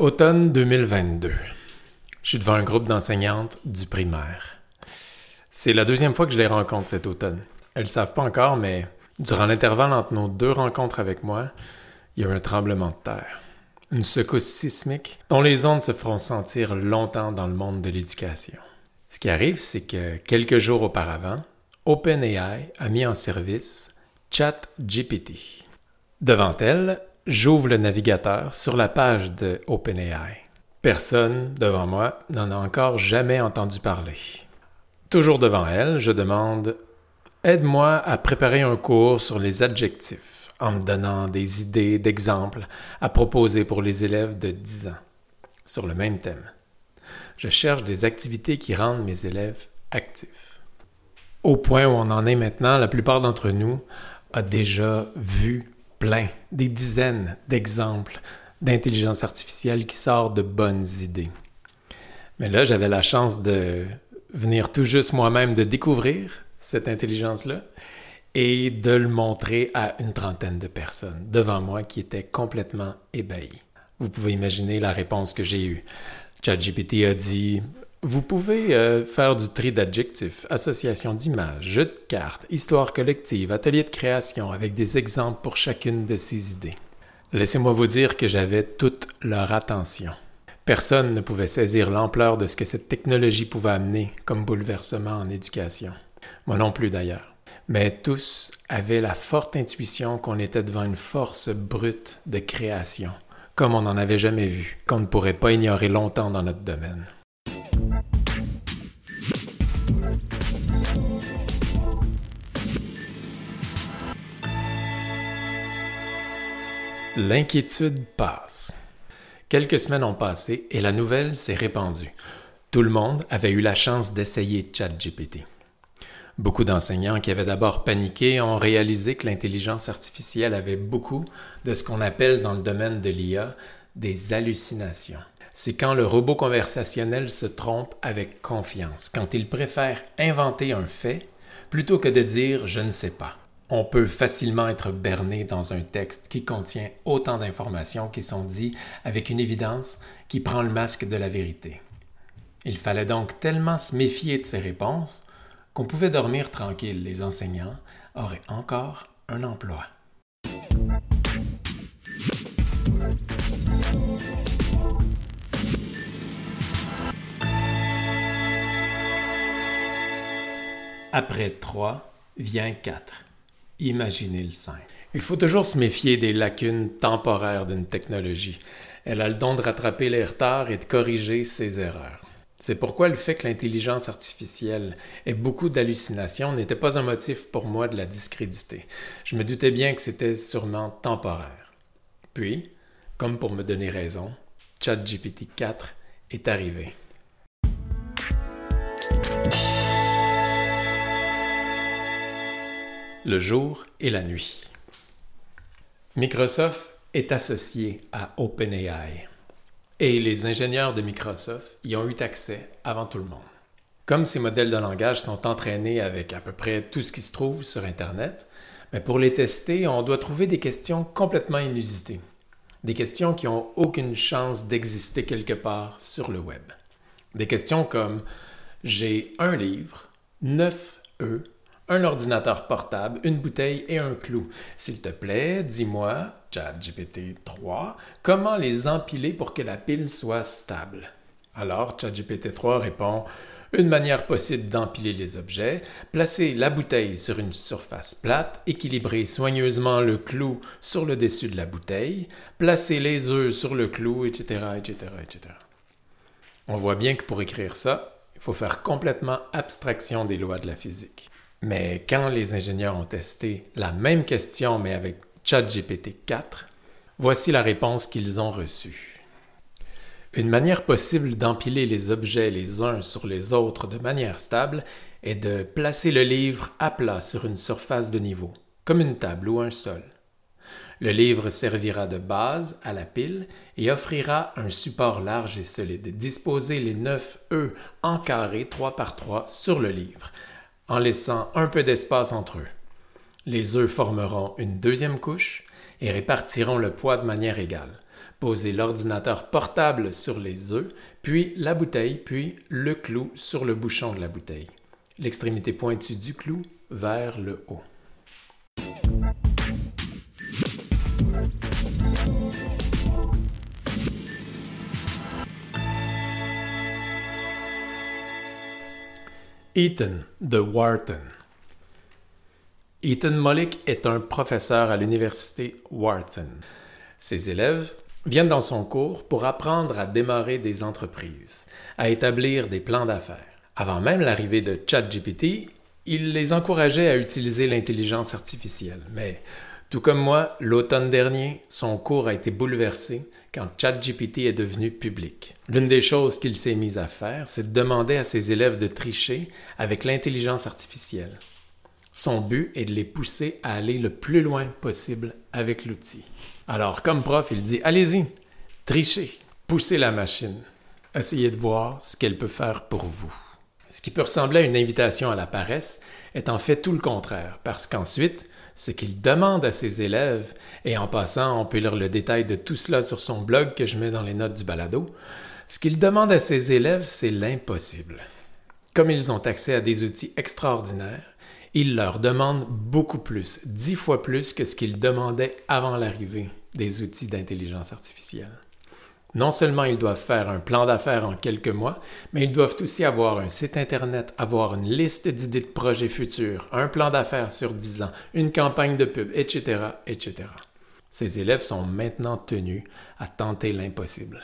Automne 2022. Je suis devant un groupe d'enseignantes du primaire. C'est la deuxième fois que je les rencontre cet automne. Elles ne le savent pas encore, mais durant l'intervalle entre nos deux rencontres avec moi, il y a eu un tremblement de terre. Une secousse sismique dont les ondes se feront sentir longtemps dans le monde de l'éducation. Ce qui arrive, c'est que quelques jours auparavant, OpenAI a mis en service ChatGPT. Devant elle, j'ouvre le navigateur sur la page de OpenAI. Personne, devant moi, n'en a encore jamais entendu parler. Toujours devant elle, je demande « Aide-moi à préparer un cours sur les adjectifs » en me donnant des idées d'exemples à proposer pour les élèves de 10 ans, sur le même thème. Je cherche des activités qui rendent mes élèves actifs. Au point où on en est maintenant, la plupart d'entre nous a déjà vu des dizaines d'exemples d'intelligence artificielle qui sortent de bonnes idées. Mais là, j'avais la chance de venir tout juste moi-même de découvrir cette intelligence-là et de le montrer à une trentaine de personnes devant moi qui étaient complètement ébahies. Vous pouvez imaginer la réponse que j'ai eue. ChatGPT a dit « Vous pouvez faire du tri d'adjectifs, association d'images, jeux de cartes, histoire collective, atelier de création avec des exemples pour chacune de ces idées. » Laissez-moi vous dire que j'avais toute leur attention. Personne ne pouvait saisir l'ampleur de ce que cette technologie pouvait amener comme bouleversement en éducation. Moi non plus d'ailleurs. Mais tous avaient la forte intuition qu'on était devant une force brute de création, comme on n'en avait jamais vu, qu'on ne pourrait pas ignorer longtemps dans notre domaine. L'inquiétude passe. Quelques semaines ont passé et la nouvelle s'est répandue. Tout le monde avait eu la chance d'essayer ChatGPT. Beaucoup d'enseignants qui avaient d'abord paniqué ont réalisé que l'intelligence artificielle avait beaucoup de ce qu'on appelle dans le domaine de l'IA des hallucinations. C'est quand le robot conversationnel se trompe avec confiance, quand il préfère inventer un fait plutôt que de dire « je ne sais pas ». On peut facilement être berné dans un texte qui contient autant d'informations qui sont dites avec une évidence qui prend le masque de la vérité. Il fallait donc tellement se méfier de ces réponses qu'on pouvait dormir tranquille. Les enseignants auraient encore un emploi. Après 3 vient 4. Imaginez le 5. Il faut toujours se méfier des lacunes temporaires d'une technologie. Elle a le don de rattraper les retards et de corriger ses erreurs. C'est pourquoi le fait que l'intelligence artificielle ait beaucoup d'hallucinations n'était pas un motif pour moi de la discréditer. Je me doutais bien que c'était sûrement temporaire. Puis, comme pour me donner raison, ChatGPT 4 est arrivé. Le jour et la nuit. Microsoft est associé à OpenAI et les ingénieurs de Microsoft y ont eu accès avant tout le monde. Comme ces modèles de langage sont entraînés avec à peu près tout ce qui se trouve sur Internet, mais pour les tester, on doit trouver des questions complètement inusitées, des questions qui n'ont aucune chance d'exister quelque part sur le web. Des questions comme « J'ai un livre, 9 œufs, un ordinateur portable, une bouteille et un clou. S'il te plaît, dis-moi, ChatGPT 3, comment les empiler pour que la pile soit stable? » Alors, ChatGPT 3 répond « Une manière possible d'empiler les objets, placer la bouteille sur une surface plate, équilibrer soigneusement le clou sur le dessus de la bouteille, placer les œufs sur le clou, etc., etc., etc. » On voit bien que pour écrire ça, il faut faire complètement abstraction des lois de la physique. Mais quand les ingénieurs ont testé la même question, mais avec ChatGPT 4, voici la réponse qu'ils ont reçue. Une manière possible d'empiler les objets les uns sur les autres de manière stable est de placer le livre à plat sur une surface de niveau, comme une table ou un sol. Le livre servira de base à la pile et offrira un support large et solide. Disposez les 9 œufs en carré 3 par 3 sur le livre, en laissant un peu d'espace entre eux. Les œufs formeront une deuxième couche et répartiront le poids de manière égale. Poser l'ordinateur portable sur les œufs, puis la bouteille, puis le clou sur le bouchon de la bouteille. L'extrémité pointue du clou vers le haut. Ethan de Wharton. Ethan Mollick est un professeur à l'université Wharton. Ses élèves viennent dans son cours pour apprendre à démarrer des entreprises, à établir des plans d'affaires. Avant même l'arrivée de ChatGPT, il les encourageait à utiliser l'intelligence artificielle. Mais, tout comme moi, l'automne dernier, son cours a été bouleversé quand ChatGPT est devenu public. L'une des choses qu'il s'est mis à faire, c'est de demander à ses élèves de tricher avec l'intelligence artificielle. Son but est de les pousser à aller le plus loin possible avec l'outil. Alors, comme prof, il dit « Allez-y, trichez, poussez la machine. Essayez de voir ce qu'elle peut faire pour vous. » Ce qui peut ressembler à une invitation à la paresse est en fait tout le contraire, parce qu'ensuite, ce qu'il demande à ses élèves, et en passant, on peut lire le détail de tout cela sur son blog que je mets dans les notes du balado, ce qu'il demande à ses élèves, c'est l'impossible. Comme ils ont accès à des outils extraordinaires, il leur demande beaucoup plus, 10 fois plus que ce qu'ils demandaient avant l'arrivée des outils d'intelligence artificielle. Non seulement ils doivent faire un plan d'affaires en quelques mois, mais ils doivent aussi avoir un site Internet, avoir une liste d'idées de projets futurs, un plan d'affaires sur 10 ans, une campagne de pub, etc., etc. Ces élèves sont maintenant tenus à tenter l'impossible.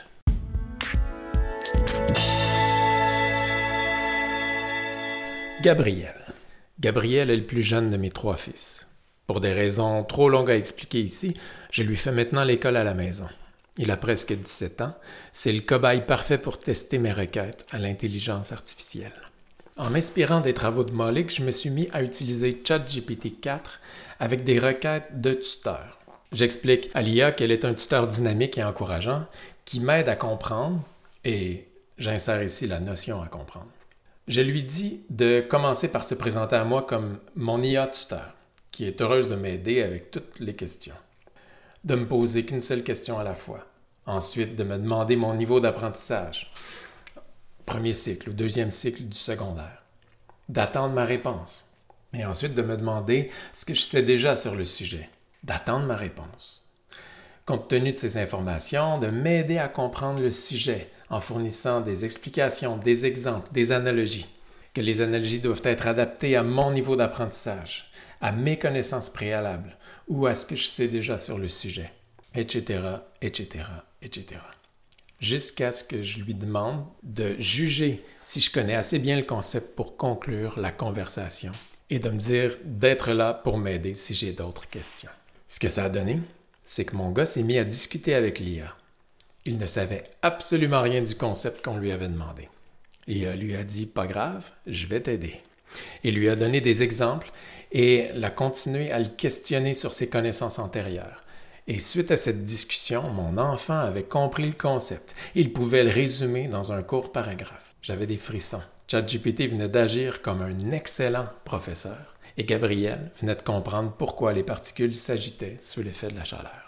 Gabriel. Gabriel est le plus jeune de mes 3 fils. Pour des raisons trop longues à expliquer ici, je lui fais maintenant l'école à la maison. Il a presque 17 ans. C'est le cobaye parfait pour tester mes requêtes à l'intelligence artificielle. En m'inspirant des travaux de Mollick, je me suis mis à utiliser ChatGPT 4 avec des requêtes de tuteur. J'explique à l'IA qu'elle est un tuteur dynamique et encourageant qui m'aide à comprendre, et j'insère ici la notion à comprendre. Je lui dis de commencer par se présenter à moi comme mon IA tuteur, qui est heureuse de m'aider avec toutes les questions. De me poser qu'une seule question à la fois. Ensuite, de me demander mon niveau d'apprentissage, premier cycle ou deuxième cycle du secondaire. D'attendre ma réponse. Et ensuite, de me demander ce que je sais déjà sur le sujet. D'attendre ma réponse. Compte tenu de ces informations, de m'aider à comprendre le sujet en fournissant des explications, des exemples, des analogies. Que les analogies doivent être adaptées à mon niveau d'apprentissage, à mes connaissances préalables ou à ce que je sais déjà sur le sujet, etc., etc., etc. Jusqu'à ce que je lui demande de juger si je connais assez bien le concept pour conclure la conversation et de me dire d'être là pour m'aider si j'ai d'autres questions. Ce que ça a donné, c'est que mon gars s'est mis à discuter avec l'IA. Il ne savait absolument rien du concept qu'on lui avait demandé. L'IA lui a dit « Pas grave, je vais t'aider ». Il lui a donné des exemples et l'a continué à le questionner sur ses connaissances antérieures. Et suite à cette discussion, mon enfant avait compris le concept. Il pouvait le résumer dans un court paragraphe. J'avais des frissons. ChatGPT venait d'agir comme un excellent professeur et Gabriel venait de comprendre pourquoi les particules s'agitaient sous l'effet de la chaleur.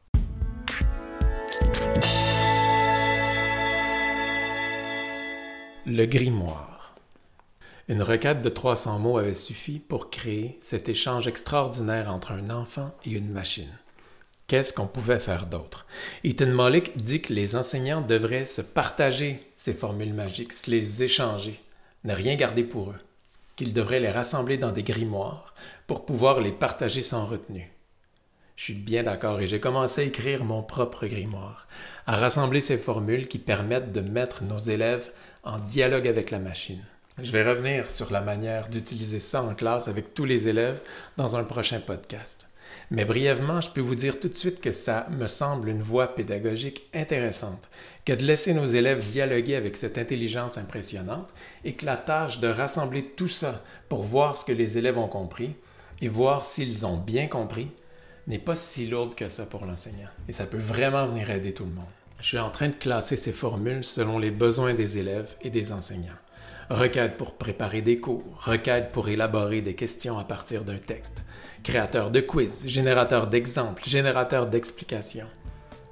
Le grimoire. Une requête de 300 mots avait suffi pour créer cet échange extraordinaire entre un enfant et une machine. Qu'est-ce qu'on pouvait faire d'autre? Ethan Mollick dit que les enseignants devraient se partager ces formules magiques, se les échanger, ne rien garder pour eux, qu'ils devraient les rassembler dans des grimoires pour pouvoir les partager sans retenue. Je suis bien d'accord et j'ai commencé à écrire mon propre grimoire, à rassembler ces formules qui permettent de mettre nos élèves en dialogue avec la machine. Je vais revenir sur la manière d'utiliser ça en classe avec tous les élèves dans un prochain podcast. Mais brièvement, je peux vous dire tout de suite que ça me semble une voie pédagogique intéressante, que de laisser nos élèves dialoguer avec cette intelligence impressionnante et que la tâche de rassembler tout ça pour voir ce que les élèves ont compris et voir s'ils ont bien compris n'est pas si lourde que ça pour l'enseignant. Et ça peut vraiment venir aider tout le monde. Je suis en train de classer ces formules selon les besoins des élèves et des enseignants. Requête pour préparer des cours, requête pour élaborer des questions à partir d'un texte, créateur de quiz, générateur d'exemples, générateur d'explications.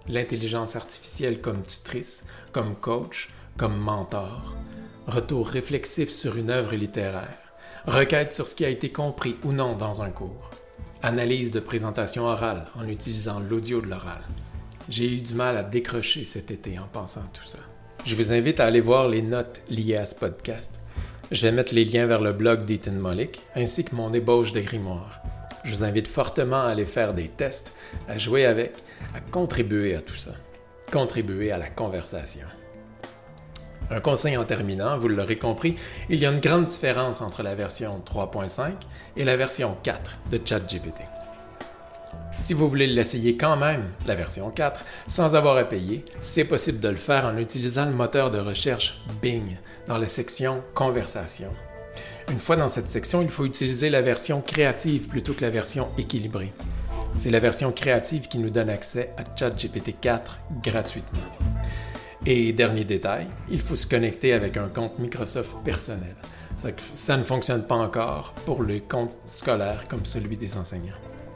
l'intelligence artificielle comme tutrice, comme coach, comme mentor, retour réflexif sur une œuvre littéraire, requête sur ce qui a été compris ou non dans un cours, analyse de présentation orale en utilisant l'audio de l'oral. J'ai eu du mal à décrocher cet été en pensant à tout ça. Je vous invite à aller voir les notes liées à ce podcast. Je vais mettre les liens vers le blog d'Ethan Mollick ainsi que mon ébauche de grimoire. Je vous invite fortement à aller faire des tests, à jouer avec, à contribuer à tout ça. Contribuer à la conversation. Un conseil en terminant, vous l'aurez compris, il y a une grande différence entre la version 3.5 et la version 4 de ChatGPT. Si vous voulez l'essayer quand même, la version 4, sans avoir à payer, c'est possible de le faire en utilisant le moteur de recherche Bing dans la section « Conversation ». Une fois dans cette section, il faut utiliser la version créative plutôt que la version équilibrée. C'est la version créative qui nous donne accès à ChatGPT 4 gratuitement. Et dernier détail, il faut se connecter avec un compte Microsoft personnel. Ça ne fonctionne pas encore pour les comptes scolaires comme celui des enseignants.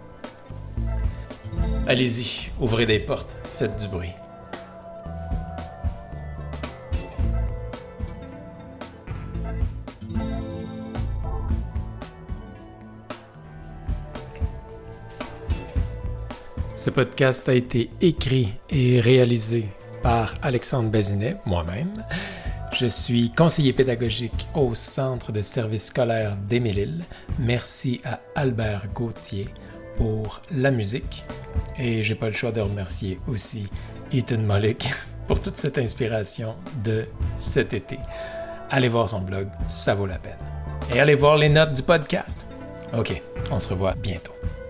Allez-y, ouvrez des portes, faites du bruit. Ce podcast a été écrit et réalisé par Alexandre Bazinet, moi-même. Je suis conseiller pédagogique au Centre de services scolaires d'Émile-Île. Merci à Albert Gauthier pour la musique. Et j'ai pas le choix de remercier aussi Ethan Mollick pour toute cette inspiration de cet été. Allez voir son blog, ça vaut la peine. Et allez voir les notes du podcast. OK, on se revoit bientôt.